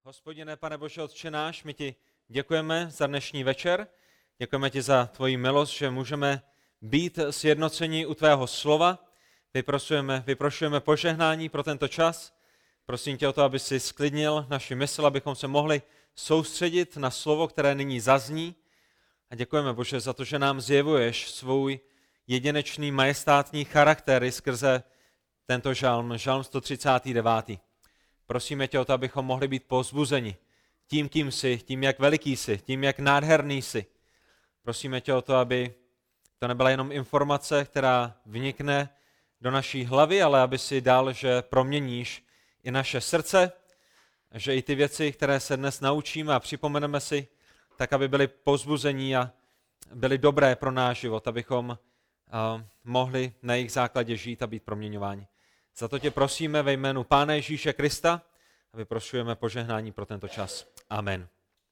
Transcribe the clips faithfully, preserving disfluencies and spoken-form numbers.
Hospodine, Pane Bože, Otče náš, my ti děkujeme za dnešní večer, děkujeme ti za tvoji milost, že můžeme být sjednoceni u tvého slova. Vyprosujeme, vyprošujeme požehnání pro tento čas. Prosím tě o to, aby si sklidnil naši mysl, abychom se mohli soustředit na slovo, které nyní zazní. A děkujeme, Bože, za to, že nám zjevuješ svůj jedinečný majestátní charakter i skrze tento žalm, žalm sto třicátý devátý. Prosíme tě o to, abychom mohli být povzbuzeni tím, kým jsi, tím, jak veliký jsi, tím, jak nádherný jsi. Prosíme tě o to, aby to nebyla jenom informace, která vnikne do naší hlavy, ale aby si dal, že proměníš i naše srdce, že i ty věci, které se dnes naučíme a připomeneme si, tak aby byly povzbuzení a byly dobré pro náš život, abychom uh, mohli na jejich základě žít a být proměňováni. Za to tě prosíme ve jménu Pána Ježíše Krista a vyprošujeme požehnání pro tento čas. Amen.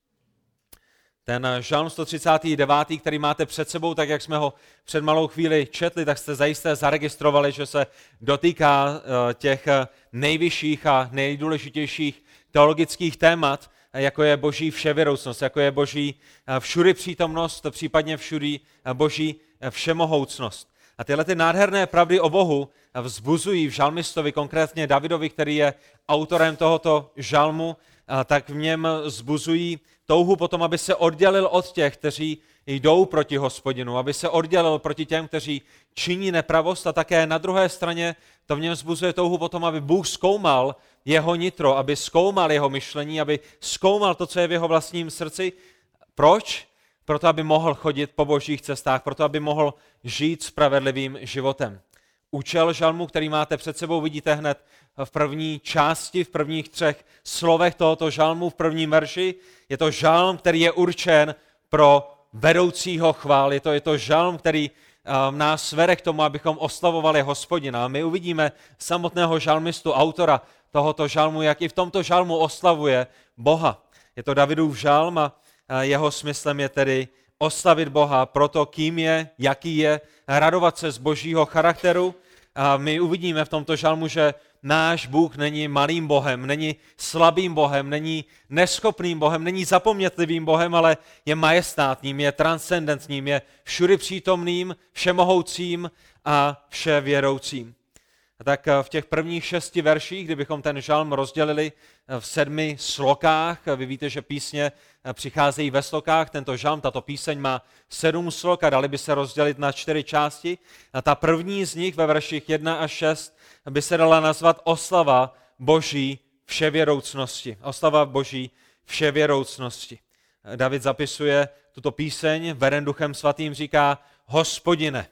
Ten žalm sto třicátý devátý, který máte před sebou, tak jak jsme ho před malou chvíli četli, tak jste zajisté zaregistrovali, že se dotýká těch nejvyšších a nejdůležitějších teologických témat, jako je boží vševěroucnost, jako je boží všudy přítomnost, případně všudy boží všemohoucnost. A tyhle ty nádherné pravdy o Bohu vzbuzují v žalmistovi, konkrétně Davidovi, který je autorem tohoto žalmu, tak v něm vzbuzují touhu potom, aby se oddělil od těch, kteří jdou proti Hospodinu, aby se oddělil proti těm, kteří činí nepravost, a také na druhé straně to v něm vzbuzuje touhu potom, aby Bůh zkoumal jeho nitro, aby zkoumal jeho myšlení, aby zkoumal to, co je v jeho vlastním srdci. Proč? Proto, aby mohl chodit po božích cestách, proto, aby mohl žít spravedlivým životem. Účel žalmu, který máte před sebou, vidíte hned v první části, v prvních třech slovech tohoto žalmu, v prvním verši. Je to žalm, který je určen pro vedoucího chvál. Je to, je to žalm, který um, nás vede k tomu, abychom oslavovali Hospodina. A my uvidíme samotného žalmistu, autora tohoto žalmu, jak i v tomto žalmu oslavuje Boha. Je to Davidův žalm a jeho smyslem je tedy oslavit Boha proto, kým je, jaký je, radovat se z božího charakteru. A my uvidíme v tomto žalmu, že náš Bůh není malým Bohem, není slabým Bohem, není neschopným Bohem, není zapomnětlivým Bohem, ale je majestátním, je transcendentním, je všudy přítomným, všemohoucím a vševěroucím. A tak v těch prvních šesti verších, kdybychom ten žalm rozdělili v sedmi slokách, vy víte, že písně přicházejí ve slokách, tento žalm, tato píseň má sedm slok a dali by se rozdělit na čtyři části. A ta první z nich ve verších jedna až šest by se dala nazvat oslava boží vševěroucnosti. Oslava boží vševěroucnosti. David zapisuje tuto píseň, veden Duchem svatým říká: Hospodine,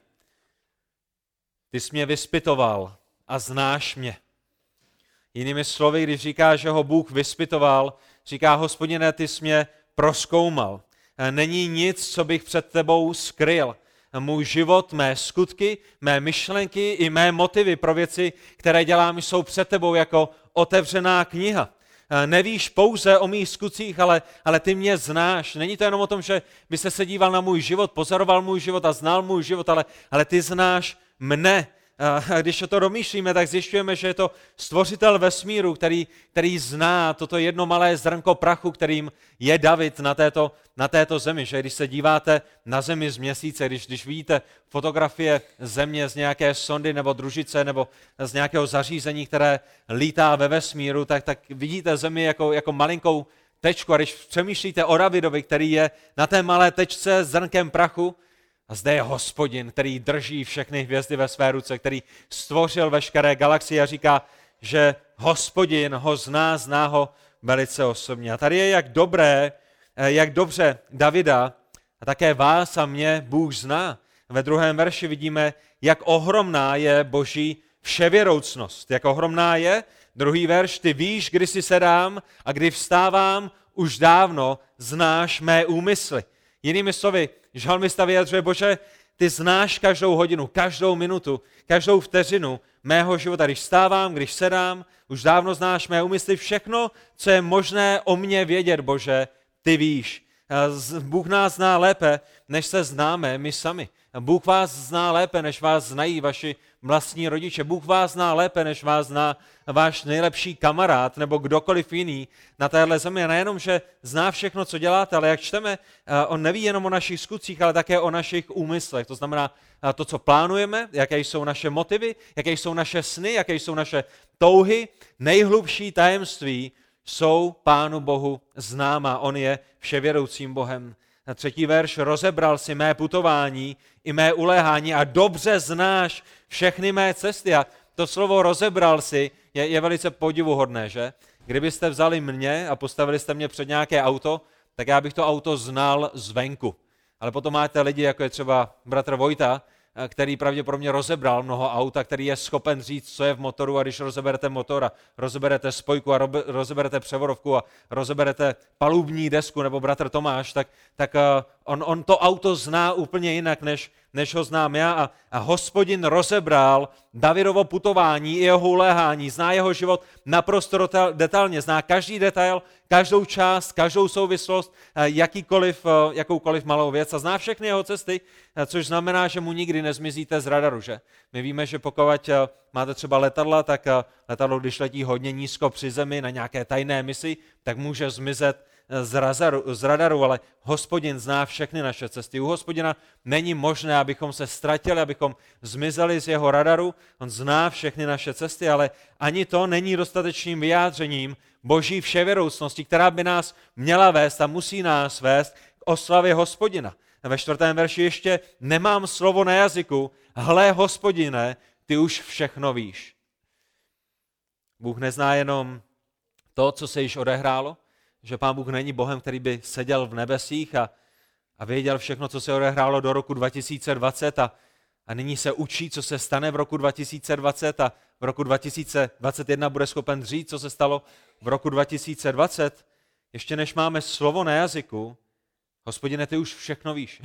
ty jsi mě vyspytoval a znáš mě. Jinými slovy, když říká, že ho Bůh vyspytoval, říká: Hospodine, ty jsi mě prozkoumal. Není nic, co bych před tebou skryl. Můj život, mé skutky, mé myšlenky i mé motivy pro věci, které dělám, jsou před tebou jako otevřená kniha. Nevíš pouze o mých skutcích, ale, ale ty mě znáš. Není to jenom o tom, že by se díval na můj život, pozoroval můj život a znal můj život, ale, ale ty znáš mne. A když o to domýšlíme, tak zjišťujeme, že je to stvořitel vesmíru, který, který zná toto jedno malé zrnko prachu, kterým je David na této, na této zemi. Že když se díváte na zemi z měsíce, když, když vidíte fotografie země z nějaké sondy nebo družice nebo z nějakého zařízení, které lítá ve vesmíru, tak, tak vidíte zemi jako, jako malinkou tečku. A když přemýšlíte o Davidovi, který je na té malé tečce s zrnkem prachu, a zde je Hospodin, který drží všechny hvězdy ve své ruce, který stvořil veškeré galaxie a říká, že Hospodin ho zná, zná ho velice osobně. A tady je jak dobré, jak dobře Davida a také vás a mě Bůh zná. Ve druhém verši vidíme, jak ohromná je boží vševěroucnost. Jak ohromná je. Druhý verš: ty víš, kdy si sedám a kdy vstávám, už dávno znáš mé úmysly. Jinými slovy, žalmista vyjadřuje: Bože, ty znáš každou hodinu, každou minutu, každou vteřinu mého života. Když vstávám, když sedám, už dávno znáš mé úmysly, všechno, co je možné o mně vědět, Bože, ty víš. Bůh nás zná lépe, než se známe my sami. Bůh vás zná lépe, než vás znají vaši vlastní rodiče. Bůh vás zná lépe, než vás zná váš nejlepší kamarád nebo kdokoliv jiný na téhle zemi. A nejenom, že zná všechno, co děláte, ale jak čteme, on neví jenom o našich skutcích, ale také o našich úmyslech. To znamená to, co plánujeme, jaké jsou naše motivy, jaké jsou naše sny, jaké jsou naše touhy. Nejhlubší tajemství jsou Pánu Bohu známa. On je vševědoucím Bohem. Na třetí verš, rozebral si mé putování i mé uléhání a dobře znáš všechny mé cesty. A to slovo rozebral si je, je velice podivuhodné, že? Kdybyste vzali mě a postavili jste mě před nějaké auto, tak já bych to auto znal zvenku. Ale potom máte lidi, jako je třeba bratr Vojta, který pravděpodobně rozebral mnoho auta, který je schopen říct, co je v motoru, a když rozeberete motor a rozeberete spojku a rozeberete převodovku a rozeberete palubní desku, nebo bratr Tomáš, tak, tak on, on to auto zná úplně jinak, než, než ho znám já. A, a Hospodin rozebral Davidovo putování i jeho uléhání, zná jeho život naprosto detailně, zná každý detail, každou část, každou souvislost, jakýkoliv, jakoukoliv malou věc a zná všechny jeho cesty, což znamená, že mu nikdy nezmizíte z radaru, že? My víme, že pokud máte třeba letadla, tak letadlo, když letí hodně nízko při zemi na nějaké tajné misi, tak může zmizet z radaru, z radaru, ale Hospodin zná všechny naše cesty. U Hospodina není možné, abychom se ztratili, abychom zmizeli z jeho radaru. On zná všechny naše cesty, ale ani to není dostatečným vyjádřením Boží vševědoucnosti, která by nás měla vést a musí nás vést k oslavě Hospodina. Ve čtvrtém verši ještě nemám slovo na jazyku, hle Hospodine, ty už všechno víš. Bůh nezná jenom to, co se již odehrálo, že Pán Bůh není Bohem, který by seděl v nebesích a, a věděl všechno, co se odehrálo do roku dva tisíce dvacet a, a nyní se učí, co se stane v roku dva tisíce dvacet a v roku dva tisíce dvacet jedna bude schopen říct, co se stalo v roku dva tisíce dvacet. Ještě než máme slovo na jazyku, Hospodine, ty už všechno víš.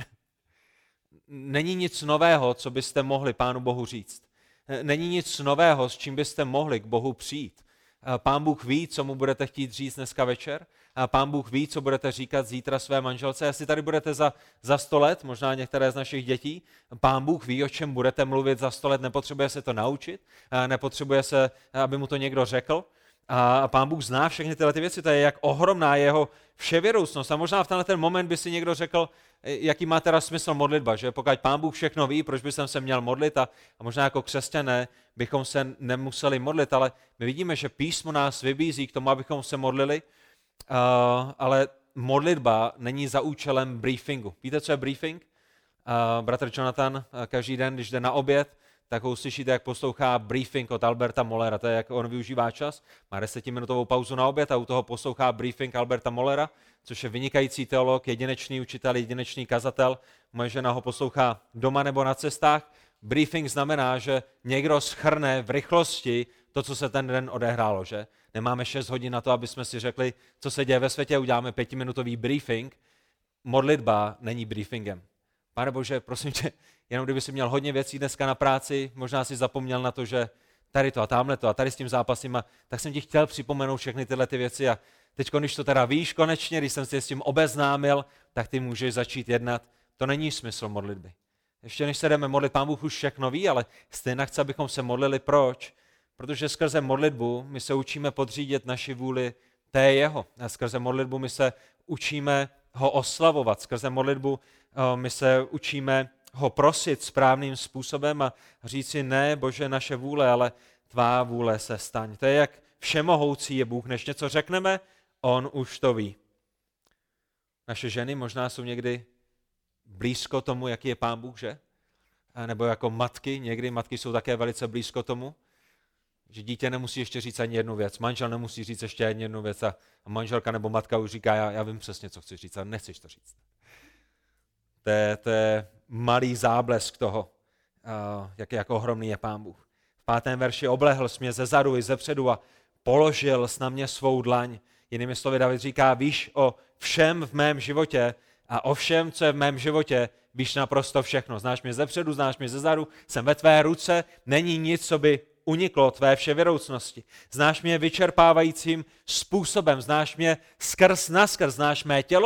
Není nic nového, co byste mohli Pánu Bohu říct. Není nic nového, s čím byste mohli k Bohu přijít. Pán Bůh ví, co mu budete chtít říct dneska večer. A Pán Bůh ví, co budete říkat zítra své manželce. Jestli tady budete za, za sto let, možná některé z našich dětí, Pán Bůh ví, o čem budete mluvit za sto let, nepotřebuje se to naučit, nepotřebuje se, aby mu to někdo řekl. A Pán Bůh zná všechny tyhle ty věci, to je jak ohromná jeho vševědoucnost. A možná v tenhle ten moment by si někdo řekl, jaký má teda smysl modlitba, že pokud Pán Bůh všechno ví, proč by jsem se měl modlit a, a možná jako křesťané bychom se nemuseli modlit, ale my vidíme, že písmo nás vybízí k tomu, abychom se modlili, uh, ale modlitba není za účelem briefingu. Víte, co je briefing? Uh, bratr Jonathan uh, každý den, když jde na oběd, tak ho uslyšíte, jak poslouchá briefing od Alberta Mollera. To je, jak on využívá čas. Má desetiminutovou pauzu na oběd a u toho poslouchá briefing Alberta Mollera, což je vynikající teolog, jedinečný učitel, jedinečný kazatel. Moje žena ho poslouchá doma nebo na cestách. Briefing znamená, že někdo shrne v rychlosti to, co se ten den odehrálo. Že? Nemáme šest hodin na to, aby jsme si řekli, co se děje ve světě, uděláme pětiminutový briefing. Modlitba není briefingem. Pane Bože, prosím tě, jenom kdyby si měl hodně věcí dneska na práci, možná si zapomněl na to, že tady to a tamhle to a tady s tím zápasím, a tak jsem ti chtěl připomenout všechny tyhle ty věci a teď, když to teda víš konečně, když jsem si s tím obeznámil, tak ty můžeš začít jednat. To není smysl modlitby. Ještě než se jdeme modlit, Pán Bůh už všechno ví, ale stejně chce, abychom se modlili. Proč? Protože skrze modlitbu my se učíme podřídit naši vůli té jeho. A skrze modlitbu my se učíme ho oslavovat. Skrze modlitbu my se učíme ho prosit správným způsobem a říct si, ne, Bože, naše vůle, ale tvá vůle se staň. To je, jak všemohoucí je Bůh. Než něco řekneme, on už to ví. Naše ženy možná jsou někdy blízko tomu, jaký je Pán Bůh, že? A nebo jako matky, někdy matky jsou také velice blízko tomu, že dítě nemusí ještě říct ani jednu věc, manžel nemusí říct ještě ani jednu věc a manželka nebo matka už říká, já, já vím přesně, co chci říct, ale nechceš to říct. To je, to je malý záblesk toho, uh, jak, jak ohromný je Pán Bůh. V pátém verši oblehl jsi mě ze zadu i ze předu a položil jsi na mě svou dlaň. Jinými slovy David říká, víš o všem v mém životě a o všem, co je v mém životě, víš naprosto všechno. Znáš mě ze předu, znáš mě ze zadu, jsem ve tvé ruce, není nic, co by uniklo tvé vševědoucnosti. Znáš mě vyčerpávajícím způsobem, znáš mě skrz naskrz, znáš mé tělo,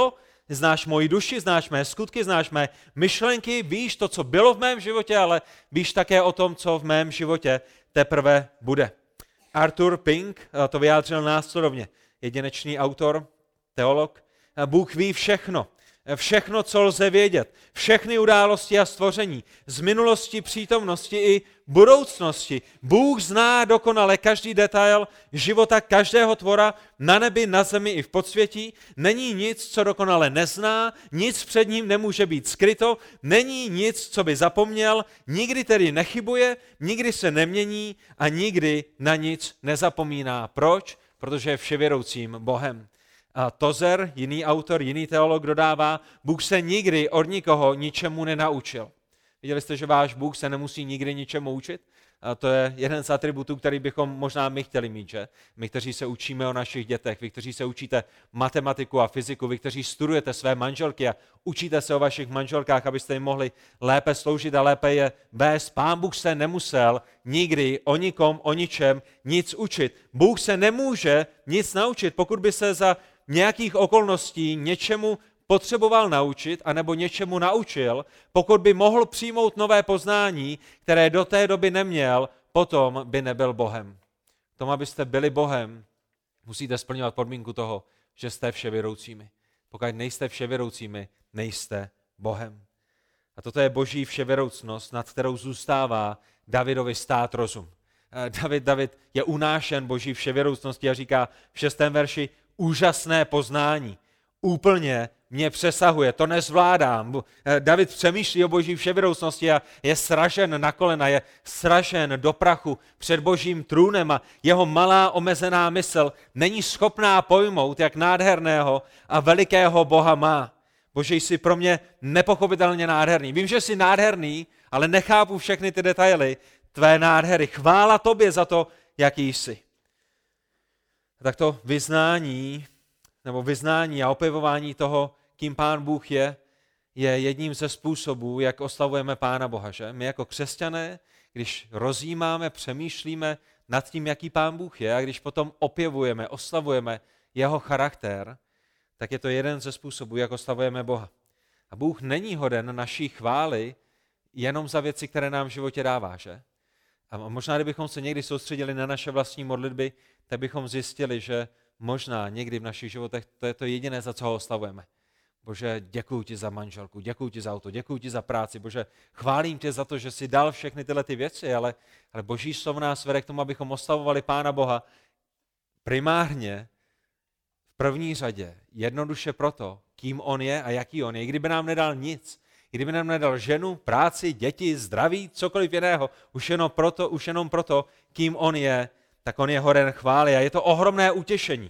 znáš moji duši, znáš mé skutky, znáš mé myšlenky, víš to, co bylo v mém životě, ale víš také o tom, co v mém životě teprve bude. Arthur Pink to vyjádřil následovně, jedinečný autor, teolog. Bůh ví všechno, všechno, co lze vědět, všechny události a stvoření, z minulosti, přítomnosti i budoucnosti. Bůh zná dokonale každý detail života každého tvora na nebi, na zemi i v podsvětí. Není nic, co dokonale nezná, nic před ním nemůže být skryto, není nic, co by zapomněl, nikdy tedy nechybuje, nikdy se nemění a nikdy na nic nezapomíná. Proč? Protože je vševědoucím Bohem. A Tozer, jiný autor, jiný teolog dodává, Bůh se nikdy od nikoho ničemu nenaučil. Viděli jste, že váš Bůh se nemusí nikdy ničemu učit? A to je jeden z atributů, který bychom možná my chtěli mít, že? My, kteří se učíme o našich dětech, vy, kteří se učíte matematiku a fyziku, vy, kteří studujete své manželky a učíte se o vašich manželkách, abyste jim mohli lépe sloužit a lépe je vést. Pán Bůh se nemusel nikdy o nikom, o ničem nic učit. Bůh se nemůže nic naučit, pokud by se za nějakých okolností něčemu potřeboval naučit, anebo něčemu naučil, pokud by mohl přijmout nové poznání, které do té doby neměl, potom by nebyl Bohem. K tomu, abyste byli Bohem, musíte splňovat podmínku toho, že jste vševědoucími. Pokud nejste vševědoucími, nejste Bohem. A toto je boží vševědoucnost, nad kterou zůstává Davidovi stát rozum. David, David je unášen boží vševědoucností a říká v šestém verši, úžasné poznání. Úplně mě přesahuje, to nezvládám. David přemýšlí o boží vševědoucnosti a je sražen na kolena, je sražen do prachu před božím trůnem a jeho malá omezená mysl není schopná pojmout, jak nádherného a velikého Boha má. Bože, jsi pro mě nepochopitelně nádherný. Vím, že jsi nádherný, ale nechápu všechny ty detaily tvé nádhery. Chvála tobě za to, jaký jsi. Tak to vyznání, nebo vyznání a opěvování toho, kým Pán Bůh je, je jedním ze způsobů, jak oslavujeme Pána Boha. Že? My jako křesťané, když rozjímáme, přemýšlíme nad tím, jaký Pán Bůh je, a když potom opěvujeme, oslavujeme jeho charakter, tak je to jeden ze způsobů, jak oslavujeme Boha. A Bůh není hoden naší chvály jenom za věci, které nám v životě dává. Že? A možná, kdybychom se někdy soustředili na naše vlastní modlitby, tak bychom zjistili, že možná někdy v našich životech to je to jediné, za co ho oslavujeme. Bože, děkuju ti za manželku, děkuju ti za auto, děkuju ti za práci. Bože, chválím tě za to, že jsi dal všechny tyhle ty věci, ale, ale boží slovo nás vede k tomu, abychom oslavovali Pána Boha primárně v první řadě, jednoduše proto, kým on je a jaký on je. I kdyby nám nedal nic, i kdyby nám nedal ženu, práci, děti, zdraví, cokoliv jiného, už jenom proto, už jenom proto, kým on je, tak on je hoden chvály a je to ohromné utěšení.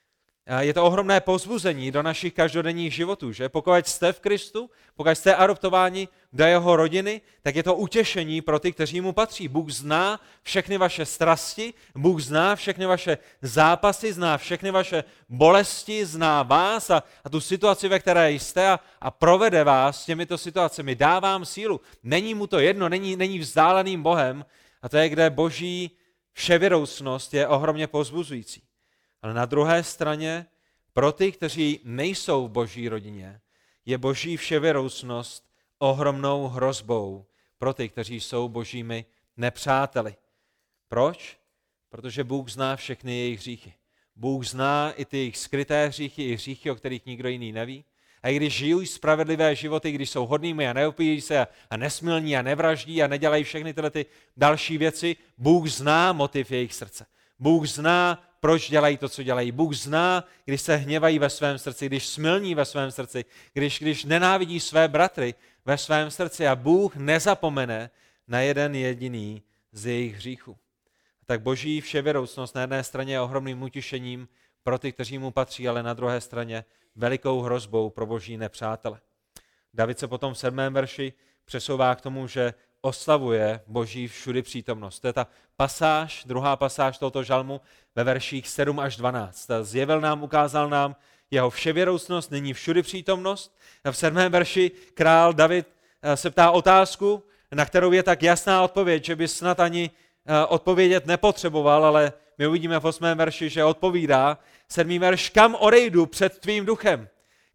Je to ohromné povzbuzení do našich každodenních životů, že? Pokud jste v Kristu, pokud jste adoptováni do jeho rodiny, tak je to utěšení pro ty, kteří mu patří. Bůh zná všechny vaše strasti, Bůh zná všechny vaše zápasy, zná všechny vaše bolesti, zná vás a, a tu situaci, ve které jste a, a provede vás těmito situacemi. Dá vám sílu. Není mu to jedno, není, není vzdáleným Bohem a to je, kde boží vševědoucnost je ohromně povzbuzující. Ale na druhé straně, pro ty, kteří nejsou v boží rodině, je boží vševědoucnost ohromnou hrozbou pro ty, kteří jsou božími nepřáteli. Proč? Protože Bůh zná všechny jejich hříchy. Bůh zná i ty jejich skryté hříchy, i hříchy, o kterých nikdo jiný neví. A i když žijí spravedlivé životy, když jsou hodnými a neopíjí se a, a nesmilní a nevraždí a nedělají všechny tyhle ty další věci, Bůh zná motiv jejich srdce. Bůh zná, proč dělají to, co dělají. Bůh zná, když se hněvají ve svém srdci, když smilní ve svém srdci, když, když nenávidí své bratry ve svém srdci a Bůh nezapomene na jeden jediný z jejich hříchů. Tak boží vševědoucnost na jedné straně je ohromným utěšením pro ty, kteří mu patří, ale na druhé straně velikou hrozbou pro boží nepřátele. David se potom v sedmém verši přesouvá k tomu, že oslavuje boží všudy přítomnost. To je ta pasáž, druhá pasáž tohoto žalmu ve verších sedm až dvanáct. Zjevil nám, ukázal nám jeho vševědoucnost, není všudy přítomnost. V sedmém verši král David se ptá otázku, na kterou je tak jasná odpověď, že by snad ani odpovědět nepotřeboval, ale my uvidíme v osmém verši, že odpovídá. Sedmý verš, kam odejdu před tvým duchem?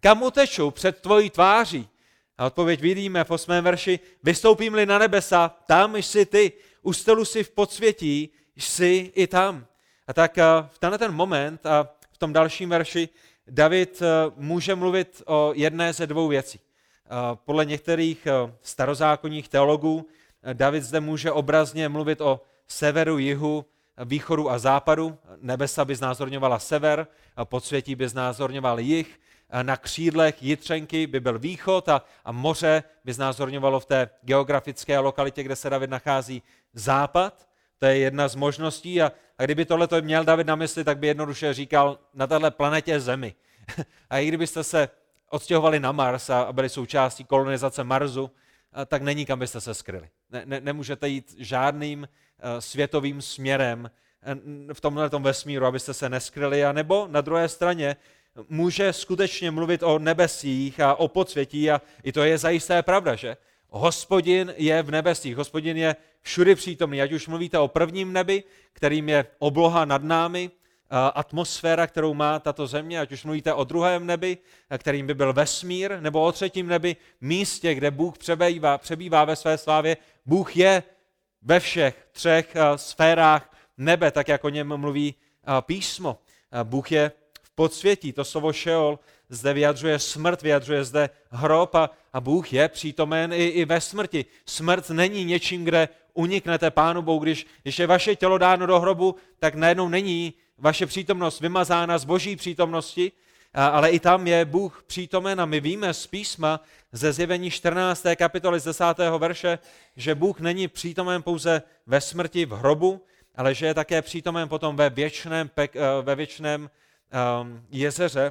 kam uteču před tvojí tváří? A odpověď vidíme v osmém verši, vystoupím-li na nebesa, tam jsi ty, ustelu si v podsvětí, jsi i tam. A tak v tenhle ten moment a v tom dalším verši David může mluvit o jedné ze dvou věcí. Podle některých starozákonních teologů David zde může obrazně mluvit o severu, jihu, východu a západu. Nebesa by znázorňovala sever, podsvětí by znázorňoval jih, na křídlech jitřenky by byl východ a, a moře by znázorňovalo v té geografické lokalitě, kde se David nachází, západ. To je jedna z možností a, a kdyby tohle to měl David na mysli, tak by jednoduše říkal na téhle planetě Zemi. A i kdybyste se odstěhovali na Mars a, a byli součástí kolonizace Marsu, a, tak není kam byste se skryli. Ne, ne, nemůžete jít žádným uh, světovým směrem uh, v tomhle vesmíru, abyste se neskryli. A nebo na druhé straně může skutečně mluvit o nebesích a o podsvětí a i to je zajisté pravda, že? Hospodin je v nebesích, Hospodin je všudy přítomný, ať už mluvíte o prvním nebi, kterým je obloha nad námi, atmosféra, kterou má tato země, ať už mluvíte o druhém nebi, kterým by byl vesmír, nebo o třetím nebi, místě, kde Bůh přebývá, přebývá ve své slávě. Bůh je ve všech třech sférách nebe, tak jak o něm mluví písmo. Bůh je v podsvětí, to slovo Šeol zde vyjadřuje smrt, vyjadřuje zde hrob a, a Bůh je přítomen i, i ve smrti. Smrt není něčím, kde uniknete Pánu Bohu, když, když je vaše tělo dáno do hrobu, tak najednou není vaše přítomnost vymazána z Boží přítomnosti, a, ale i tam je Bůh přítomen a my víme z písma ze Zjevení čtrnácté kapitoly z desátého verše, že Bůh není přítomen pouze ve smrti, v hrobu, ale že je také přítomen potom ve věčném, pek, ve věčném um, jezeře,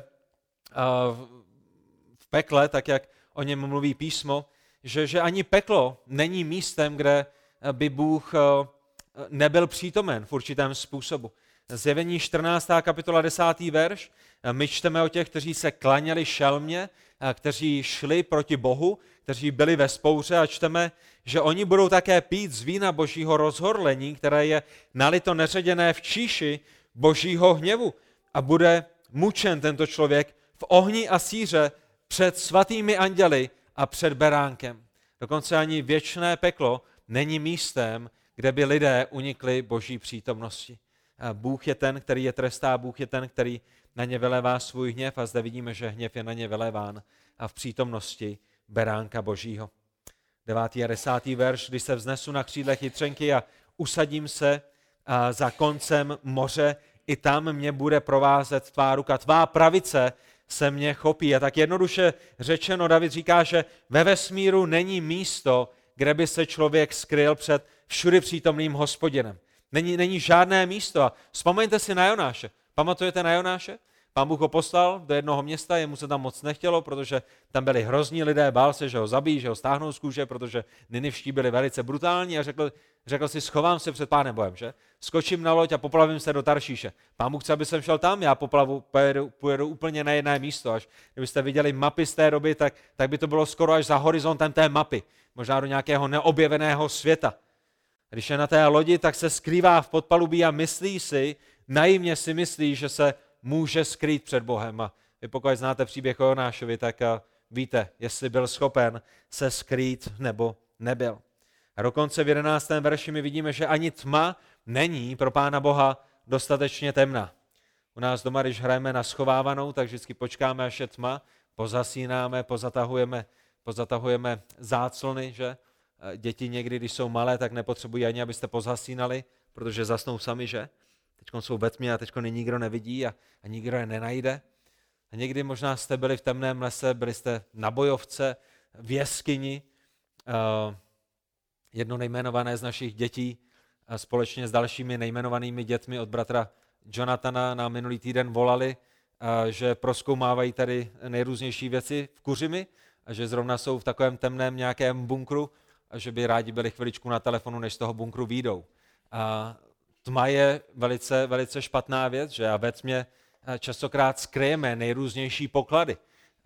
v pekle, tak jak o něm mluví písmo, že, že ani peklo není místem, kde by Bůh nebyl přítomen v určitém způsobu. Zjevení čtrnáctá kapitola desátý verš, my čteme o těch, kteří se klaněli šelmě, kteří šli proti Bohu, kteří byli ve spouře a čteme, že oni budou také pít z vína Božího rozhorlení, které je nalito neředěné v číši Božího hněvu a bude mučen tento člověk v ohni a síře před svatými anděli a před beránkem. Dokonce ani věčné peklo není místem, kde by lidé unikli Boží přítomnosti. A Bůh je ten, který je trestá, Bůh je ten, který na ně vylévá svůj hněv a zde vidíme, že hněv je na ně vyléván a v přítomnosti beránka Božího. Devátý a desátý verš, když se vznesu na křídlech jitřenky a usadím se a za koncem moře, i tam mě bude provázet tvá ruka, tvá pravice se mě chopí. A tak jednoduše řečeno, David říká, že ve vesmíru není místo, kde by se člověk skryl před všudy přítomným Hospodinem. Není, není žádné místo. A vzpomeňte si na Jonáše. Pamatujete na Jonáše? Pán Bůh ho poslal do jednoho města, jemu se tam moc nechtělo, protože tam byli hrozní lidé, bál se, že ho zabijí, že ho stáhnou z kůže, protože Ninivští byli velice brutální a řekl, řekl si, schovám se před Pánem Bohem, že? Skočím na loď a poplavím se do Taršíše. Pán Bůh chce, aby jsem šel tam, já poplavu, pojedu, pojedu úplně na jedné místo. Až kdybyste viděli mapy z té doby, tak, tak by to bylo skoro až za horizontem té mapy, možná do nějakého neobjeveného světa. Když je na té lodi, tak se skrývá v podpalubí a myslí si, naivně si myslí, že se může skrýt před Bohem. A vy pokud znáte příběh o Jonášovi, tak víte, jestli byl schopen se skrýt nebo nebyl. A dokonce v jedenáctém verši my vidíme, že ani tma není pro Pána Boha dostatečně temná. U nás doma, když hrajeme na schovávanou, tak vždycky počkáme, až je tma, pozasínáme, pozatahujeme, pozatahujeme záclony, že? Děti někdy, když jsou malé, tak nepotřebují ani, abyste pozasínali, protože zasnou sami, že? Teď jsou ve tmě a teď nikdo nevidí a, a nikdo je nenajde. A někdy možná jste byli v temném lese, byli jste na bojovce, v jeskyni. Uh, jedno nejmenované z našich dětí uh, společně s dalšími nejmenovanými dětmi od bratra Jonathana na minulý týden volali, uh, že prozkoumávají tady nejrůznější věci v Kuřimi a že zrovna jsou v takovém temném nějakém bunkru a že by rádi byli chviličku na telefonu, než z toho bunkru výjdou. A tma je velice, velice špatná věc, že a ve tmě častokrát skryjeme nejrůznější poklady.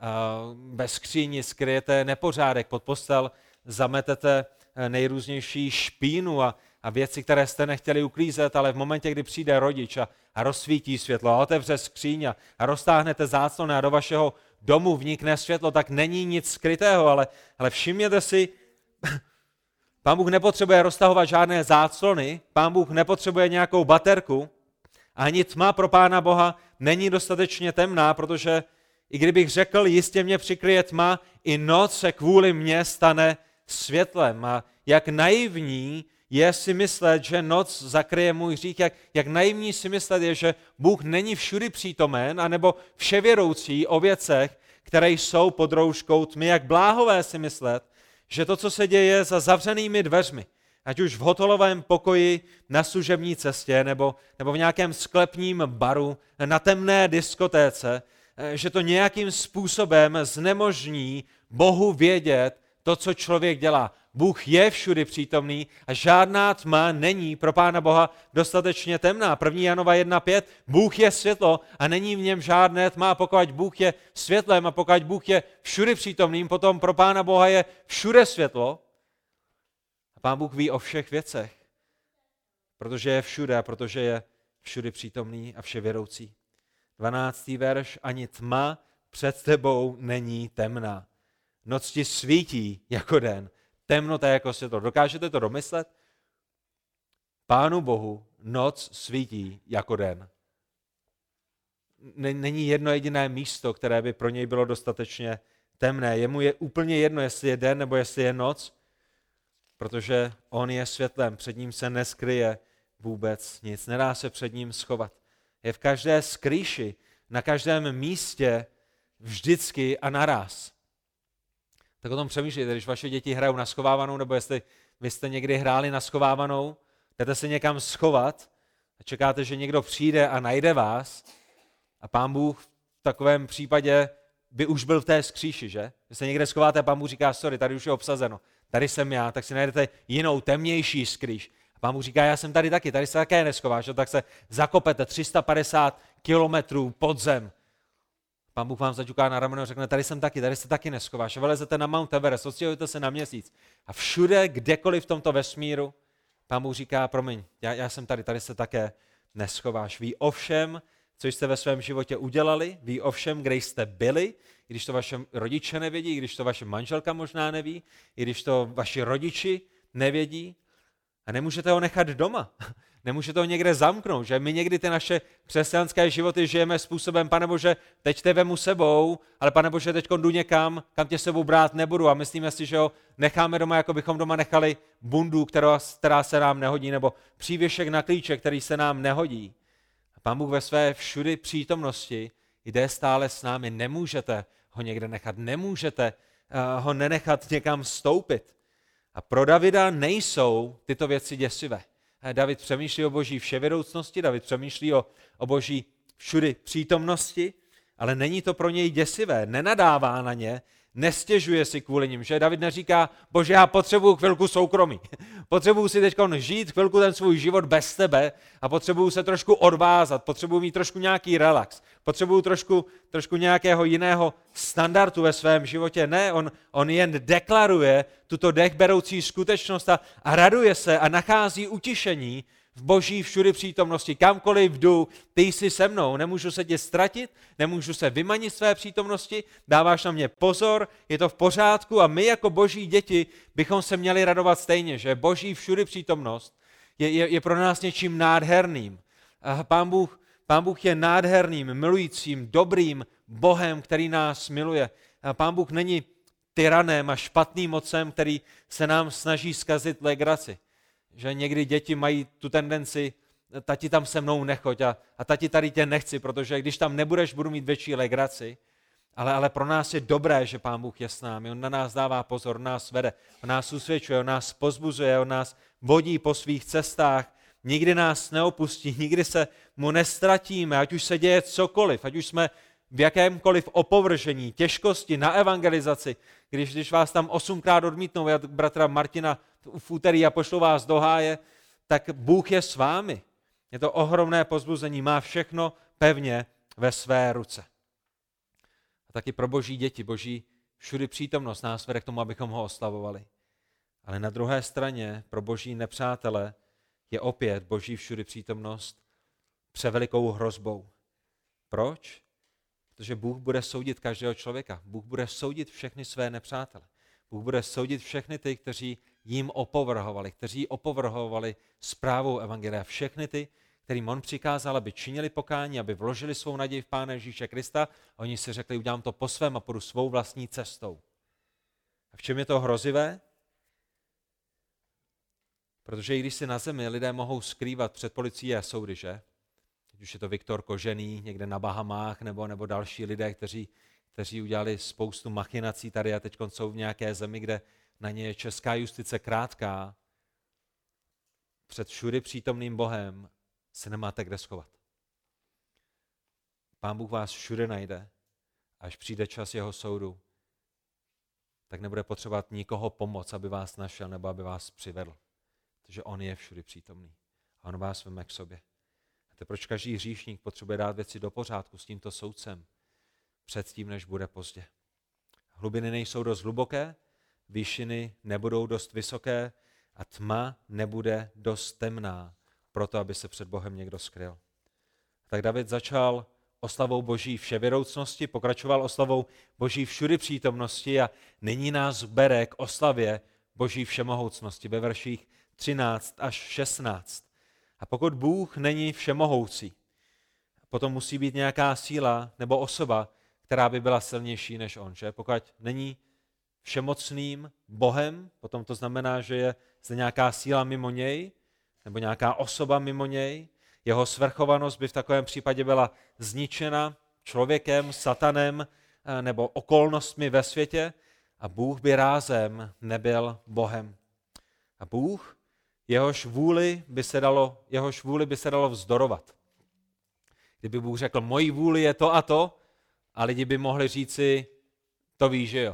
Bez skříni skryjete nepořádek, pod postel zametete nejrůznější špínu a, a věci, které jste nechtěli uklízet, ale v momentě, kdy přijde rodič a, a rozsvítí světlo a otevře skříň a, a roztáhnete záclony a do vašeho domu vnikne světlo, tak není nic skrytého, ale, ale všimněte si, Pán Bůh nepotřebuje roztahovat žádné záclony, Pán Bůh nepotřebuje nějakou baterku, ani tma pro Pána Boha není dostatečně temná, protože i kdybych řekl, jistě mě přikryje tma, i noc se kvůli mně stane světlem. A jak naivní je si myslet, že noc zakryje můj hřích, jak, jak naivní si myslet je, že Bůh není všudy přítomen, anebo vševědoucí o věcech, které jsou pod rouškou tmy, jak bláhové si myslet, že to, co se děje za zavřenými dveřmi, ať už v hotelovém pokoji na služební cestě, nebo, nebo v nějakém sklepním baru, na temné diskotéce, že to nějakým způsobem znemožní Bohu vědět to, co člověk dělá. Bůh je všudy přítomný a žádná tma není pro Pána Boha dostatečně temná. první Janova jedna pět. Bůh je světlo a není v něm žádné tma. Pokud Bůh je světlem a pokud Bůh je všudy přítomným, potom pro Pána Boha je všude světlo. A Pán Bůh ví o všech věcech, protože je všude a protože je všudy přítomný a vševědoucí. dvanáctý verš. Ani tma před tebou není temná. Noc ti svítí jako den, temnota jako světlo. Dokážete to domyslet? Pánu Bohu noc svítí jako den. Není jedno jediné místo, které by pro něj bylo dostatečně temné. Jemu je úplně jedno, jestli je den nebo jestli je noc, protože on je světlem, před ním se neskryje vůbec nic, nedá se před ním schovat. Je v každé skrýši, na každém místě, vždycky a naraz. Tak o tom přemýšlejte, když vaše děti hrajou na schovávanou, nebo jestli vy jste někdy hráli na schovávanou, jdete se někam schovat a čekáte, že někdo přijde a najde vás a Pán Bůh v takovém případě by už byl v té skříši, že? Vy se někde schováte a Pán Bůh říká, sorry, tady už je obsazeno, tady jsem já, tak si najdete jinou, temnější skrýš. A Pán Bůh říká, já jsem tady taky, tady se také neschováš, tak se zakopete tři sta padesát kilometrů pod zem. Pán Bůh vám zaťuká na rameno a řekne, tady jsem taky, tady se taky neschováš. A vylezete na Mount Everest, odstěhujete se na měsíc. A všude, kdekoliv v tomto vesmíru, Pán Bůh říká, promiň, já, já jsem tady, tady se také neschováš. Ví o všem, co jste ve svém životě udělali, ví o všem, kde jste byli, i když to vaše rodiče nevědí, i když to vaše manželka možná neví, i když to vaši rodiči nevědí. A nemůžete ho nechat doma. Nemůžete ho někde zamknout, že my někdy ty naše křesťanské životy žijeme způsobem, Pane Bože, teď tě vemu sebou, ale Pane Bože, teď jdu někam, kam tě sebou brát nebudu a myslíme si, že ho necháme doma, jako bychom doma nechali bundu, která, která se nám nehodí, nebo přívěšek na klíček, který se nám nehodí. A Pán Bůh ve své všudy přítomnosti jde stále s námi. Nemůžete ho někde nechat, nemůžete uh, ho nenechat někam vstoupit. A pro Davida nejsou tyto věci děsivé. David přemýšlí o boží vševědoucnosti, David přemýšlí o, o boží všudy přítomnosti, ale není to pro něj děsivé, nenadává na ně, nestěžuje si kvůli nim, že David neříká, Bože, já potřebuju chvilku soukromí, potřebuju si teď žít chvilku ten svůj život bez tebe a potřebuju se trošku odvázat, potřebuju mít trošku nějaký relax, potřebuju trošku, trošku nějakého jiného standardu ve svém životě. Ne, on, on jen deklaruje tuto dechberoucí skutečnost a, a raduje se a nachází utišení v boží všudy přítomnosti. Kamkoliv jdu, ty jsi se mnou, nemůžu se tě ztratit, nemůžu se vymanit své přítomnosti, dáváš na mě pozor, je to v pořádku a my jako boží děti bychom se měli radovat stejně, že boží všudy přítomnost je, je, je pro nás něčím nádherným. A Pán Bůh, Pán Bůh je nádherným, milujícím, dobrým Bohem, který nás miluje. A Pán Bůh není tyranem a špatným mocem, který se nám snaží zkazit legraci. Že někdy děti mají tu tendenci, tati tam se mnou nechoď a, a tati tady tě nechci, protože když tam nebudeš, budu mít větší legraci. Ale, ale pro nás je dobré, že Pán Bůh je s námi. On na nás dává pozor, on nás vede, on nás usvědčuje, on nás pozbuzuje, on nás vodí po svých cestách. Nikdy nás neopustí, nikdy se mu nestratíme, ať už se děje cokoliv, ať už jsme v jakémkoliv opovržení, těžkosti na evangelizaci, když, když vás tam osmkrát odmítnou, jak bratra Martina v úterý a pošlou vás do háje, tak Bůh je s vámi. Je to ohromné povzbuzení, má všechno pevně ve své ruce. A taky pro boží děti, boží všudy přítomnost nás vede k tomu, abychom ho oslavovali. Ale na druhé straně pro boží nepřátele je opět boží všudy přítomnost převelikou hrozbou. Proč? Protože Bůh bude soudit každého člověka. Bůh bude soudit všechny své nepřátele. Bůh bude soudit všechny ty, kteří jim opovrhovali, kteří opovrhovali zprávou evangelia. Všechny ty, kterým on přikázal, aby činili pokání, aby vložili svou naději v Pána Ježíše Krista. Oni si řekli, udělám to po svém a půjdu svou vlastní cestou. A v čem je to hrozivé? Protože i když si na zemi lidé mohou skrývat před policií a soudy, že? Teď už je to Viktor Kožený někde na Bahamách nebo, nebo další lidé, kteří, kteří udělali spoustu machinací tady a teď jsou v nějaké zemi, kde na ně je česká justice krátká. Před všudy přítomným Bohem se nemáte kde schovat. Pán Bůh vás všude najde, až přijde čas jeho soudu, tak nebude potřebovat nikoho pomoct, aby vás našel nebo aby vás přivedl. Protože on je všudy přítomný a on vás veme k sobě. A to proč každý hříšník potřebuje dát věci do pořádku s tímto soudcem předtím, než bude pozdě. Hlubiny nejsou dost hluboké, výšiny nebudou dost vysoké a tma nebude dost temná proto, aby se před Bohem někdo skryl. Tak David začal oslavou Boží vševědoucnosti, pokračoval oslavou Boží všudy přítomnosti a nyní nás bere k oslavě Boží všemohoucnosti ve verších třináct až šestnáct. A pokud Bůh není všemohoucí, potom musí být nějaká síla nebo osoba, která by byla silnější než on. Že? Pokud není všemocným Bohem, potom to znamená, že je zde nějaká síla mimo něj, nebo nějaká osoba mimo něj. Jeho svrchovanost by v takovém případě byla zničena člověkem, satanem nebo okolnostmi ve světě a Bůh by rázem nebyl Bohem. A Bůh, jehož vůli by se dalo, jehož vůli by se dalo vzdorovat. Kdyby Bůh řekl, mojí vůli je to a to, a lidi by mohli říci, to víš, že jo.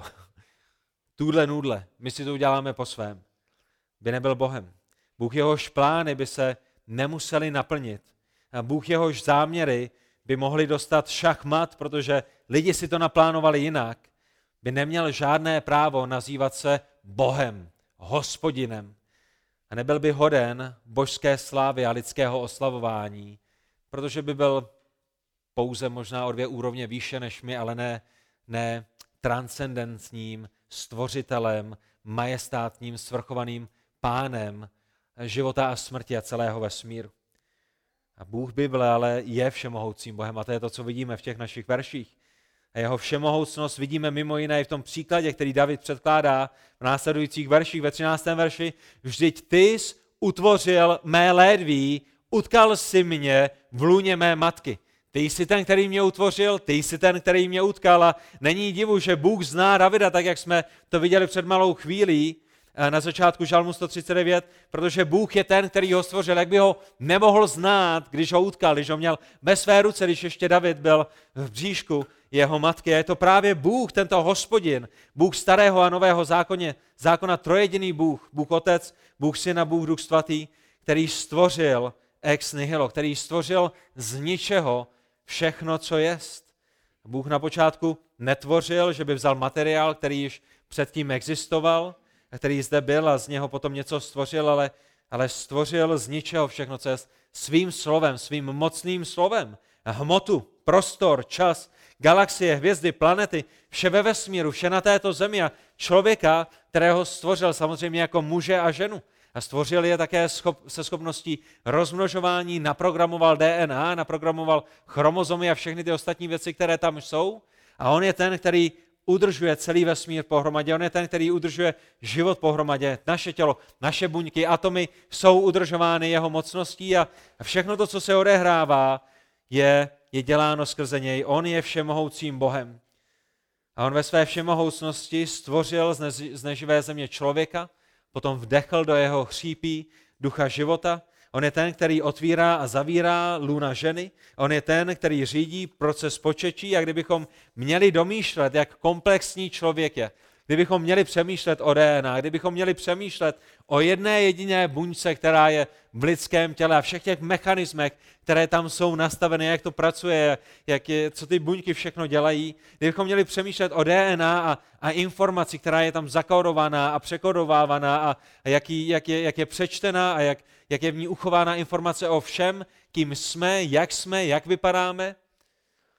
Tudle nudle, my si to uděláme po svém. By nebyl Bohem. Bůh jehož plány by se nemuseli naplnit. A Bůh jehož záměry by mohli dostat šachmat, protože lidi si to naplánovali jinak, by neměl žádné právo nazývat se Bohem, Hospodinem. A nebyl by hoden božské slávy a lidského oslavování, protože by byl pouze možná o dvě úrovně výše než my, ale ne, ne transcendentním stvořitelem, majestátním, svrchovaným pánem života a smrti a celého vesmíru. A Bůh Bible ale je všemohoucím Bohem a to je to, co vidíme v těch našich verších. A jeho všemohoucnost vidíme mimo jiné i v tom příkladě, který David předkládá v následujících verších, ve třináctém verši. Vždyť ty jsi utvořil mé lédví, utkal jsi mě v lůně mé matky. Ty jsi ten, který mě utvořil, ty jsi ten, který mě utkal a není divu, že Bůh zná Davida, tak jak jsme to viděli před malou chvílí na začátku Žalmu sto třicet devět, protože Bůh je ten, který ho stvořil. Jak by ho nemohl znát, když ho utkal, když ho měl ve své ruce, když ještě David byl v bříšku jeho matky. A je to právě Bůh, tento Hospodin, Bůh starého a nového zákoně, zákona trojjediný Bůh, Bůh Otec, Bůh Syn a Bůh Duch Svatý, který stvořil ex nihilo, který stvořil z ničeho všechno, co jest. Bůh na počátku netvořil, že by vzal materiál, který již předtím existoval, který zde byl a z něho potom něco stvořil, ale, ale stvořil z ničeho všechno, co je svým slovem, svým mocným slovem. Hmotu, prostor, čas, galaxie, hvězdy, planety, vše ve vesmíru, vše na této zemi a člověka, kterého stvořil samozřejmě jako muže a ženu. A stvořil je také schop, se schopností rozmnožování, naprogramoval D N A, naprogramoval chromozomy a všechny ty ostatní věci, které tam jsou. A on je ten, který udržuje celý vesmír pohromadě. On je ten, který udržuje život pohromadě. Naše tělo, naše buňky, atomy jsou udržovány jeho mocností a všechno to, co se odehrává, je, je děláno skrze něj. On je všemohoucím Bohem. A on ve své všemohoucnosti stvořil z, ne, z neživé země člověka, potom vdechl do jeho chřípí ducha života. On je ten, který otvírá a zavírá lůna ženy. On je ten, který řídí proces početí a kdybychom měli domýšlet, jak komplexní člověk je, kdybychom měli přemýšlet o D N A, kdybychom měli přemýšlet o jedné jediné buňce, která je v lidském těle a všech těch mechanismech, které tam jsou nastavené, jak to pracuje, jak je, co ty buňky všechno dělají, kdybychom měli přemýšlet o D N A a, a informaci, která je tam zakódovaná a překodovávaná a, a jak, jí, jak, je, jak je přečtená a jak, jak je v ní uchována informace o všem, kým jsme, jak jsme, jak vypadáme,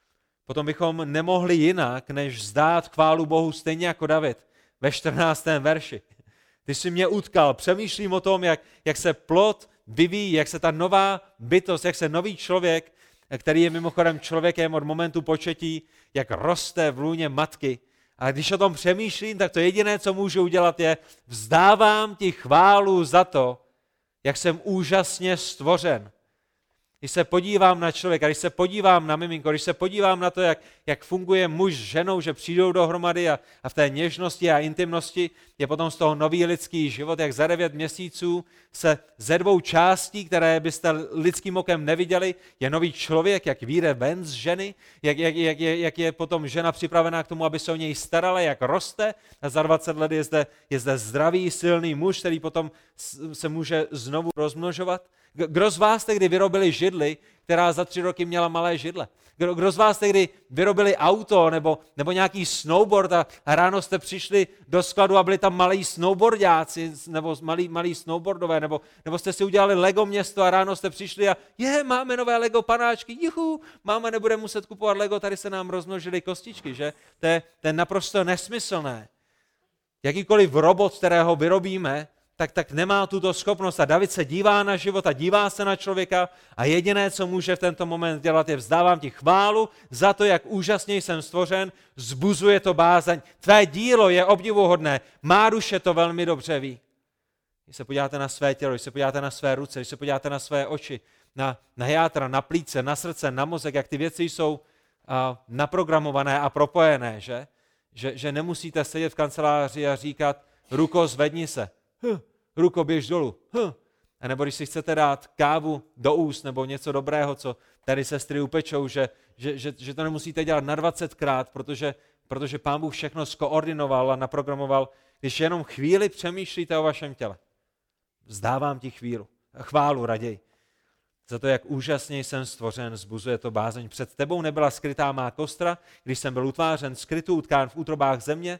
potom bychom nemohli jinak, než vzdát chválu Bohu stejně jako David ve čtrnáctém verši. Ty jsi mě utkal, přemýšlím o tom, jak, jak se plod vyvíjí, jak se ta nová bytost, jak se nový člověk, který je mimochodem člověkem od momentu početí, jak roste v lůně matky. A když o tom přemýšlím, tak to jediné, co můžu udělat, je vzdávám ti chválu za to, jak jsem úžasně stvořen. Když se podívám na člověka, když se podívám na miminko, když se podívám na to, jak, jak funguje muž s ženou, že přijdou dohromady a, a v té něžnosti a intimnosti je potom z toho nový lidský život, jak za devět měsíců se ze dvou částí, které byste lidským okem neviděli, je nový člověk, jak vyjde ven z ženy, jak, jak, jak, je, jak je potom žena připravená k tomu, aby se o něj starala, jak roste a za dvacet let je zde, je zde zdravý, silný muž, který potom se může znovu rozmnožovat. Kdo z vás tehdy vyrobili židli, která za tři roky měla malé židle? Kdo, kdo z vás tehdy vyrobili auto nebo, nebo nějaký snowboard a, a ráno jste přišli do skladu a byli tam malí snowboardáci nebo malí, malí snowboardové, nebo, nebo jste si udělali Lego město a ráno jste přišli a je, máme nové Lego panáčky, juhu, máma nebude muset kupovat Lego, tady se nám rozmnožily kostičky, že? To je, to je naprosto nesmyslné. Jakýkoliv robot, kterého vyrobíme, Tak, tak nemá tuto schopnost. A David se dívá na život a dívá se na člověka a jediné, co může v tento moment dělat, je vzdávám ti chválu za to, jak úžasně jsem stvořen, zbuzuje to bázeň. Tvé dílo je obdivuhodné, má duše to velmi dobře ví. Když se podíváte na své tělo, když se podíváte na své ruce, když se podíváte na své oči, na, na játra, na plíce, na srdce, na mozek, jak ty věci jsou a, naprogramované a propojené, že? Že, že nemusíte sedět v kanceláři a říkat, ruko, zvedni se. Huh, ruko, běž dolů. Huh. A nebo když si chcete dát kávu do úst nebo něco dobrého, co tady sestry upečou, že, že, že, že to nemusíte dělat na dvacetkrát, protože, protože Pán Bůh všechno skoordinoval a naprogramoval, když jenom chvíli přemýšlíte o vašem těle. Vzdávám ti chvílu, chválu raději. Za to, jak úžasně jsem stvořen, zbuzuje to bázeň. Před tebou nebyla skrytá má kostra, když jsem byl utvářen, skrytý, utkán v útrobách země.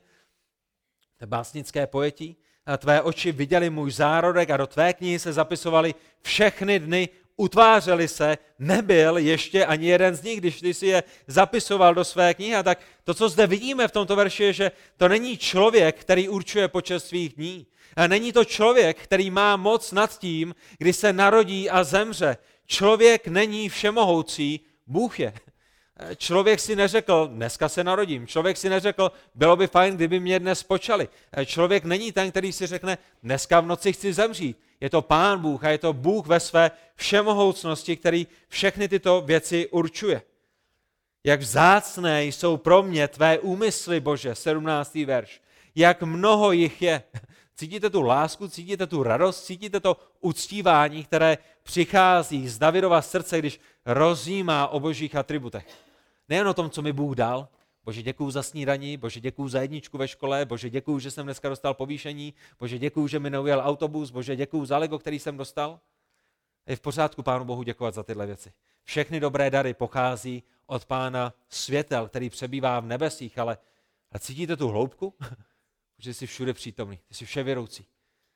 To básnické pojetí. A tvé oči viděli můj zárodek a do tvé knihy se zapisovaly všechny dny, utvářely se, nebyl ještě ani jeden z nich, když ty si je zapisoval do své knihy. A tak to, co zde vidíme v tomto verši, je, že to není člověk, který určuje počet svých dní. A není to člověk, který má moc nad tím, kdy se narodí a zemře. Člověk není všemohoucí, Bůh je. Člověk si neřekl, dneska se narodím. Člověk si neřekl, bylo by fajn, kdyby mě dnes počali. Člověk není ten, který si řekne, dneska v noci chci zemřít. Je to Pán Bůh a je to Bůh ve své všemohoucnosti, který všechny tyto věci určuje. Jak vzácné jsou pro mě tvé úmysly, Bože, sedmnáctý verš. Jak mnoho jich je. Cítíte tu lásku, cítíte tu radost, cítíte to uctívání, které přichází z Davidova srdce, když rozjímá o božích atributech. Nejen o tom, co mi Bůh dal. Bože, děkuju za snídaní, Bože, děkuju za jedničku ve škole, Bože, děkuju, že jsem dneska dostal povýšení, Bože, děkuju, že mi neujel autobus, Bože, děkuju za Lego, který jsem dostal. Je v pořádku Pánu Bohu děkovat za tyhle věci. Všechny dobré dary pochází od Pána světel, který přebývá v nebesích, ale a cítíte tu hloubku? Že jsi všude přítomný, ty jsi vševěroucí,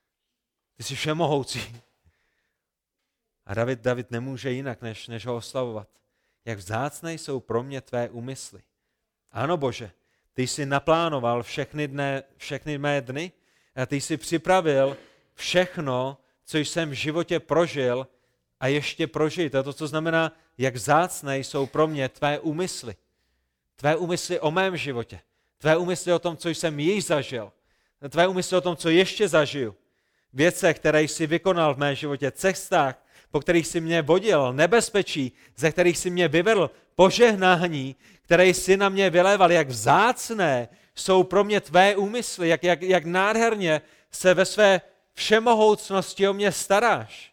ty jsi všemohoucí. A David, David nemůže jinak, než, než ho oslavovat. Jak vzácné jsou pro mě tvé úmysly. Ano, Bože, ty jsi naplánoval všechny, dne, všechny mé dny a ty jsi připravil všechno, co jsem v životě prožil a ještě prožít. A to, co znamená, jak vzácné jsou pro mě tvé úmysly. Tvé úmysly o mém životě. Tvé úmysly o tom, co jsem již zažil. Tvé úmysly o tom, co ještě zažiju. Věce, které jsi vykonal v mém životě, cestách, po kterých jsi mě vodil, nebezpečí, ze kterých jsi mě vyvedl, požehnání, které jsi na mě vyléval, jak vzácné jsou pro mě tvé úmysly, jak, jak, jak nádherně se ve své všemohoucnosti o mě staráš.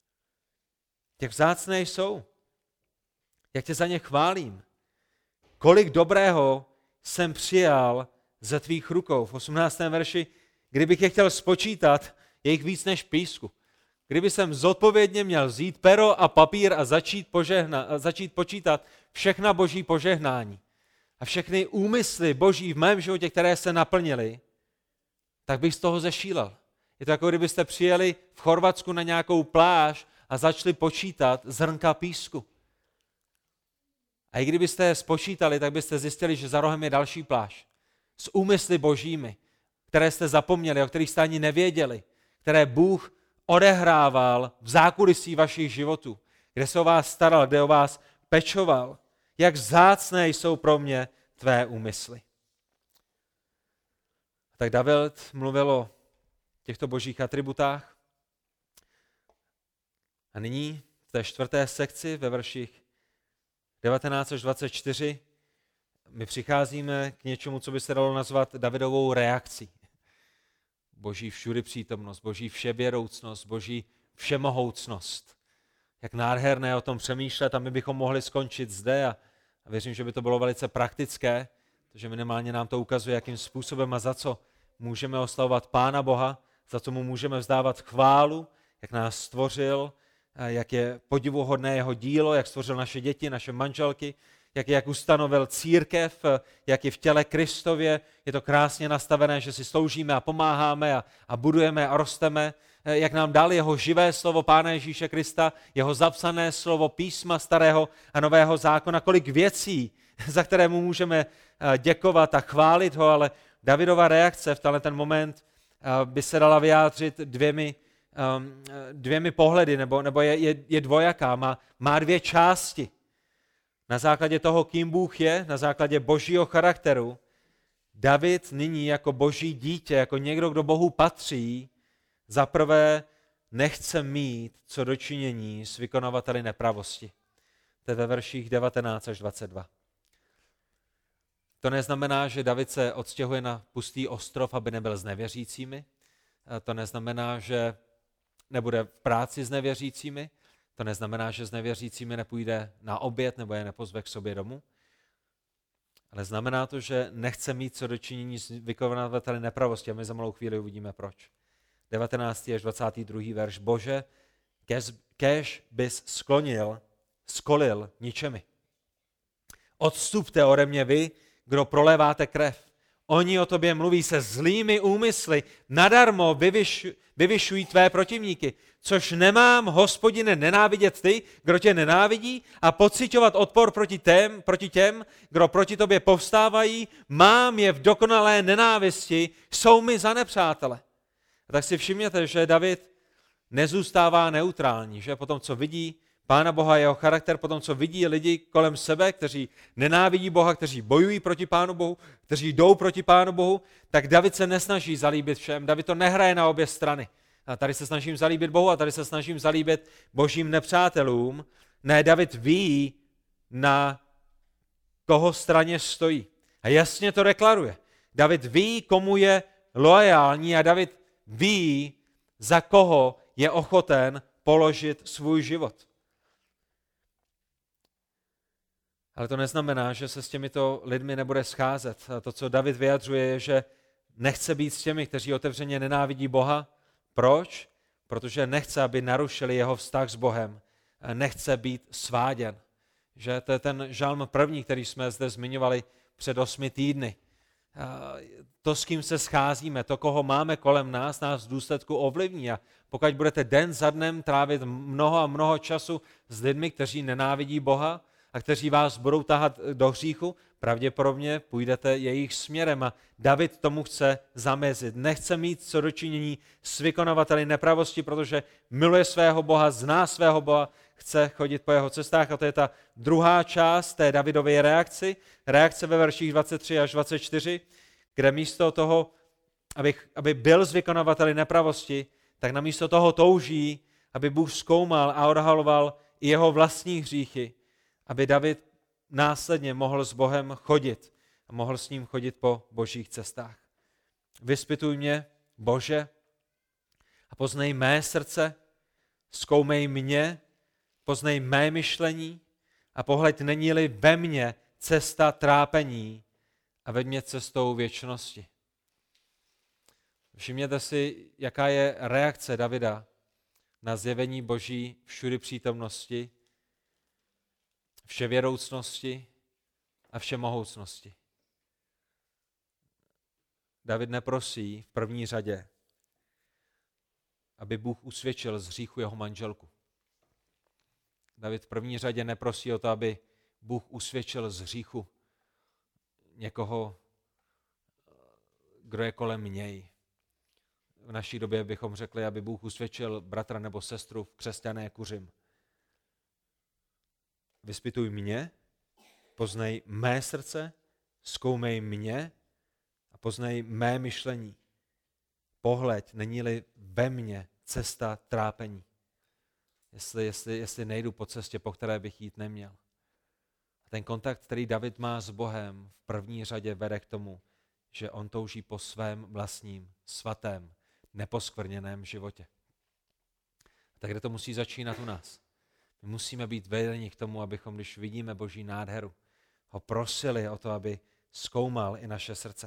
Jak vzácné jsou. Jak tě za ně chválím. Kolik dobrého jsem přijal ze tvých rukou. V osmnáctém verši, kdybych je chtěl spočítat, je jich víc než písku. Kdyby jsem zodpovědně měl vzít pero a papír a začít, požehna, začít počítat všechna boží požehnání a všechny úmysly boží v mém životě, které se naplnily, tak bych z toho zešílel. Je to jako kdybyste přijeli v Chorvatsku na nějakou pláž a začali počítat zrnka písku. A i kdybyste je spočítali, tak byste zjistili, že za rohem je další pláž s úmysly božími, které jste zapomněli, o kterých jste ani nevěděli, které Bůh odehrával v zákulisí vašich životů, kde se o vás staral, kde o vás pečoval. Jak vzácné jsou pro mě tvé úmysly. Tak David mluvil o těchto božích atributách. A nyní v té čtvrté sekci ve verších devatenáct až dvacet čtyři my přicházíme k něčemu, co by se dalo nazvat Davidovou reakcí. Boží všudy přítomnost, boží vševěroucnost, boží všemohoucnost. Jak nádherné o tom přemýšlet a my bychom mohli skončit zde a, a věřím, že by to bylo velice praktické, protože minimálně nám to ukazuje, jakým způsobem a za co můžeme oslavovat Pána Boha, za co mu můžeme vzdávat chválu, jak nás stvořil, jak je podivuhodné jeho dílo, jak stvořil naše děti, naše manželky, jak, jak ustanovil církev, jak je v těle Kristově. Je to krásně nastavené, že si sloužíme a pomáháme a, a budujeme a rosteme. Jak nám dal jeho živé slovo Pána Ježíše Krista, jeho zapsané slovo písma starého a nového zákona, kolik věcí, za které mu můžeme děkovat a chválit ho, ale Davidova reakce v tenhle ten moment by se dala vyjádřit dvěmi, dvěmi pohledy, nebo, nebo je, je, je dvojaká, má, má dvě části. Na základě toho, kým Bůh je, na základě božího charakteru, David nyní jako boží dítě, jako někdo, kdo Bohu patří, zaprvé nechce mít co dočinění s vykonavateli nepravosti. To je ve verších devatenáct až dvacet dva. To neznamená, že David se odstěhuje na pustý ostrov, aby nebyl s nevěřícími. To neznamená, že nebude v práci s nevěřícími. To neznamená, že s nevěřícími nepůjde na oběd nebo je nepozve k sobě domů. Ale znamená to, že nechce mít co dočinění s vykonavateli nepravosti. A my za malou chvíli uvidíme proč. devatenáctý až dvacátý druhý verš. Bože, kéž bys sklonil, skolil ničemi. Odstupte ode mě vy, kdo proléváte krev. Oni o tobě mluví se zlými úmysly, nadarmo vyvyšu, vyvyšují tvé protivníky, což nemám, Hospodine, nenávidět ty, kdo tě nenávidí a pociťovat odpor proti těm, proti těm, kdo proti tobě povstávají, mám je v dokonalé nenávisti, jsou mi za nepřátele. A tak si všimněte, že David nezůstává neutrální, že potom, co vidí Pána Boha, jeho charakter, potom, co vidí lidi kolem sebe, kteří nenávidí Boha, kteří bojují proti Pánu Bohu, kteří jdou proti Pánu Bohu, tak David se nesnaží zalíbit všem. David to nehraje na obě strany. A tady se snažím zalíbit Bohu a tady se snažím zalíbit božím nepřátelům. Ne, David ví, na koho straně stojí. A jasně to deklaruje. David ví, komu je loajální a David ví, za koho je ochoten položit svůj život. Ale to neznamená, že se s těmito lidmi nebude scházet. A to, co David vyjadřuje, je, že nechce být s těmi, kteří otevřeně nenávidí Boha. Proč? Protože nechce, aby narušili jeho vztah s Bohem. Nechce být sváděn. Že to je ten žalm první, který jsme zde zmiňovali před osmi týdny. To, s kým se scházíme, to, koho máme kolem nás, nás v důsledku ovlivní. A pokud budete den za dnem trávit mnoho a mnoho času s lidmi, kteří nenávidí Boha, a kteří vás budou tahat do hříchu, pravděpodobně půjdete jejich směrem. A David tomu chce zamezit. Nechce mít co dočinění s vykonavateli nepravosti, protože miluje svého Boha, zná svého Boha, chce chodit po jeho cestách. A to je ta druhá část té Davidovy reakci. Reakce ve verších dvacet tři až dvacet čtyři, kde místo toho, aby, aby byl s vykonavateli nepravosti, tak namísto toho touží, aby Bůh zkoumal a odhaloval i jeho vlastní hříchy, aby David následně mohl s Bohem chodit a mohl s ním chodit po božích cestách. Vyzpytuj mě, Bože, a poznej mé srdce, zkoumej mě, poznej mé myšlení a pohled, není-li ve mně cesta trápení a veď mě cestou věčnosti. Všimněte si, jaká je reakce Davida na zjevení Boží všudy přítomnosti, vševěroucnosti a všemohoucnosti. David neprosí v první řadě, aby Bůh usvědčil z hříchu jeho manželku. David v první řadě neprosí o to, aby Bůh usvědčil z hříchu někoho, kdo je kolem něj. V naší době bychom řekli, aby Bůh usvědčil bratra nebo sestru v křesťané kuřim. Vyspituj mě, poznej mé srdce, zkoumej mě a poznej mé myšlení. Pohleď, není-li ve mně cesta trápení. Jestli, jestli, jestli nejdu po cestě, po které bych jít neměl. A ten kontakt, který David má s Bohem, v první řadě vede k tomu, že on touží po svém vlastním, svatém, neposkvrněném životě. Tak kde to musí začínat u nás? My musíme být vedeni k tomu, abychom, když vidíme Boží nádheru, ho prosili o to, aby zkoumal i naše srdce.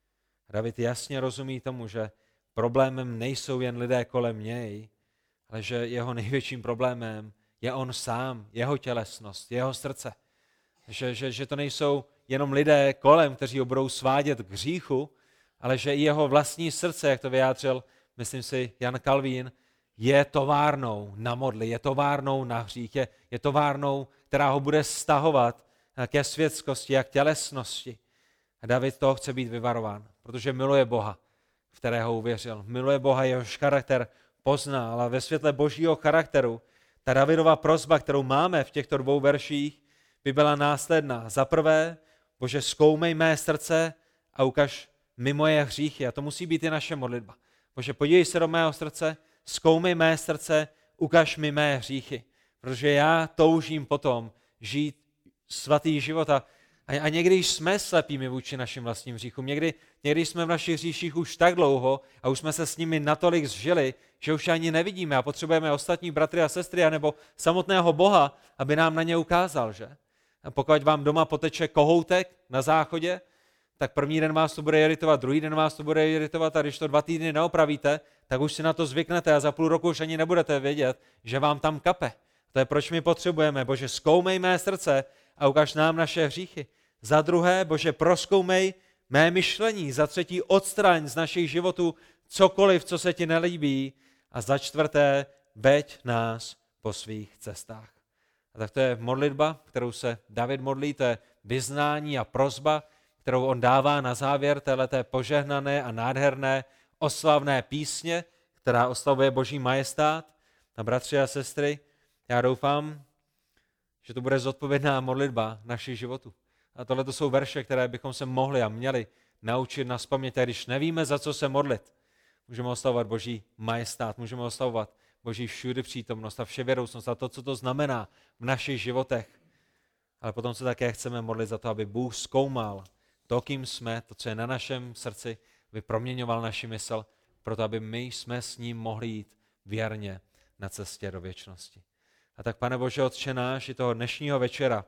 David jasně rozumí tomu, že problémem nejsou jen lidé kolem něj, ale že jeho největším problémem je on sám, jeho tělesnost, jeho srdce. Že, že, že to nejsou jenom lidé kolem, kteří ho budou svádět k hříchu, ale že i jeho vlastní srdce, jak to vyjádřil, myslím si, Jan Kalvín, je továrnou na modly, je továrnou na hřích, je, je továrnou, která ho bude stahovat ke světskosti a k tělesnosti. A David toho chce být vyvarován, protože miluje Boha, v kterého uvěřil. Miluje Boha, jehož charakter poznal, ale ve světle Božího charakteru ta Davidova prosba, kterou máme v těchto dvou verších, by byla následná. Za prvé, Bože, zkoumej mé srdce a ukaž mi moje hříchy. A to musí být i naše modlitba. Bože, podívej se do mého srdce, zkoumej mé srdce, ukaž mi mé hříchy. Protože já toužím potom žít svatý život. A, a někdy jsme slepými vůči našim vlastním hříchům. Někdy, někdy jsme v našich hříších už tak dlouho a už jsme se s nimi natolik zžili, že už ani nevidíme a potřebujeme ostatní bratry a sestry anebo samotného Boha, aby nám na ně ukázal, že? A pokud vám doma poteče kohoutek na záchodě, tak první den vás to bude iritovat, druhý den vás to bude iritovat a když to dva týdny neopravíte, tak už si na to zvyknete a za půl roku už ani nebudete vědět, že vám tam kape. To je, proč my potřebujeme. Bože, zkoumej mé srdce a ukaž nám naše hříchy. Za druhé, Bože, prozkoumej mé myšlení. Za třetí, odstraň z našich životů cokoliv, co se ti nelíbí. A za čtvrté, veď nás po svých cestách. A tak to je modlitba, kterou se David modlí, to je vyznání a prosba, kterou on dává na závěr téhleté požehnané a nádherné oslavné písně, která oslavuje Boží majestát. A bratři a sestry, já doufám, že to bude zodpovědná modlitba našich životů. A tohle to jsou verše, které bychom se mohli a měli naučit nazpaměť. A když nevíme, za co se modlit, můžeme oslavovat Boží majestát, můžeme oslavovat Boží všudy přítomnost a vševědoucnost a to, co to znamená v našich životech. Ale potom se také chceme modlit za to, aby Bůh zkoumal to, kým jsme, to, co je na našem srdci, aby proměňoval naši mysl, proto aby my jsme s ním mohli jít věrně na cestě do věčnosti. A tak, Pane Bože, Otče náš, i toho dnešního večera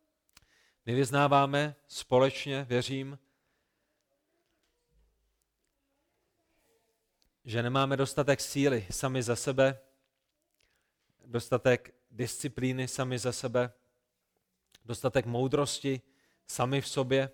my vyznáváme společně, věřím, že nemáme dostatek síly sami za sebe, dostatek disciplíny sami za sebe, dostatek moudrosti sami v sobě,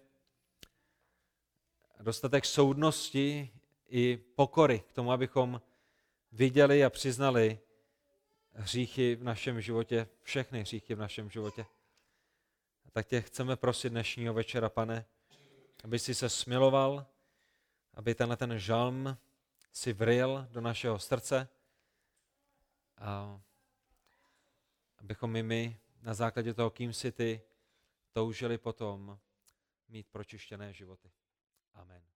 dostatek soudnosti i pokory k tomu, abychom viděli a přiznali hříchy v našem životě, všechny hříchy v našem životě. A tak tě chceme prosit dnešního večera, Pane, aby jsi se smiloval, aby tenhle ten žalm si vryl do našeho srdce a abychom i my na základě toho, kým jsi ty, toužili potom mít pročištěné životy. Amen.